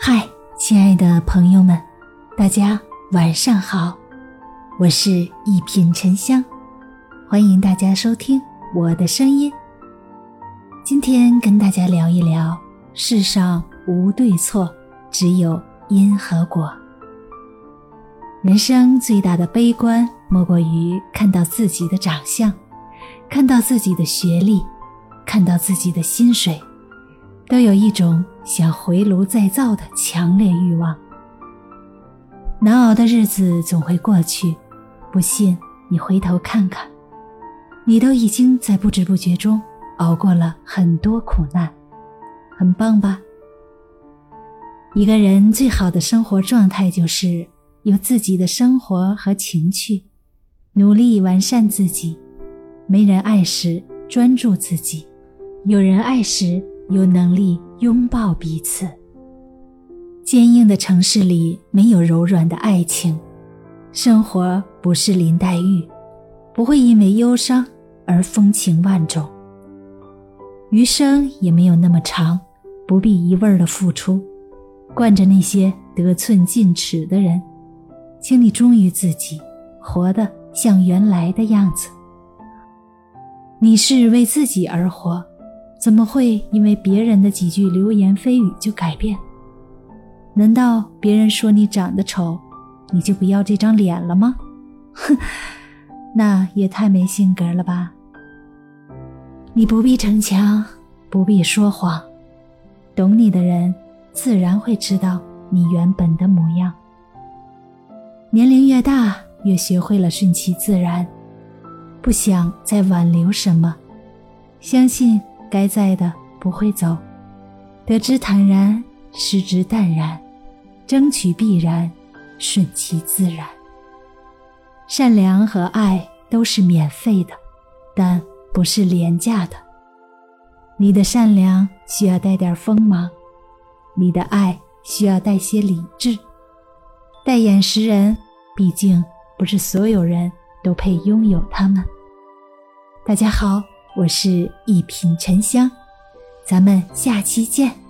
嗨，亲爱的朋友们，大家晚上好，我是一品沉香，欢迎大家收听我的声音。今天跟大家聊一聊，世上无对错，只有因和果。人生最大的悲观莫过于看到自己的长相，看到自己的学历，看到自己的薪水，都有一种想回炉再造的强烈欲望。难熬的日子总会过去，不信你回头看看，你都已经在不知不觉中熬过了很多苦难，很棒吧？一个人最好的生活状态就是有自己的生活和情趣，努力完善自己，没人爱时专注自己，有人爱时有能力拥抱彼此。坚硬的城市里没有柔软的爱情，生活不是林黛玉，不会因为忧伤而风情万种。余生也没有那么长，不必一味的付出，惯着那些得寸进尺的人，请你忠于自己，活得像原来的样子。你是为自己而活，怎么会因为别人的几句流言蜚语就改变？难道别人说你长得丑，你就不要这张脸了吗？哼，那也太没性格了吧。你不必逞强，不必说谎，懂你的人自然会知道你原本的模样。年龄越大，越学会了顺其自然，不想再挽留什么，相信该在的不会走，得之坦然，失之淡然，争取必然，顺其自然。善良和爱都是免费的，但不是廉价的。你的善良需要带点锋芒，你的爱需要带些理智。待眼识人，毕竟不是所有人都配拥有它们。大家好，我是一品沉香，咱们下期见。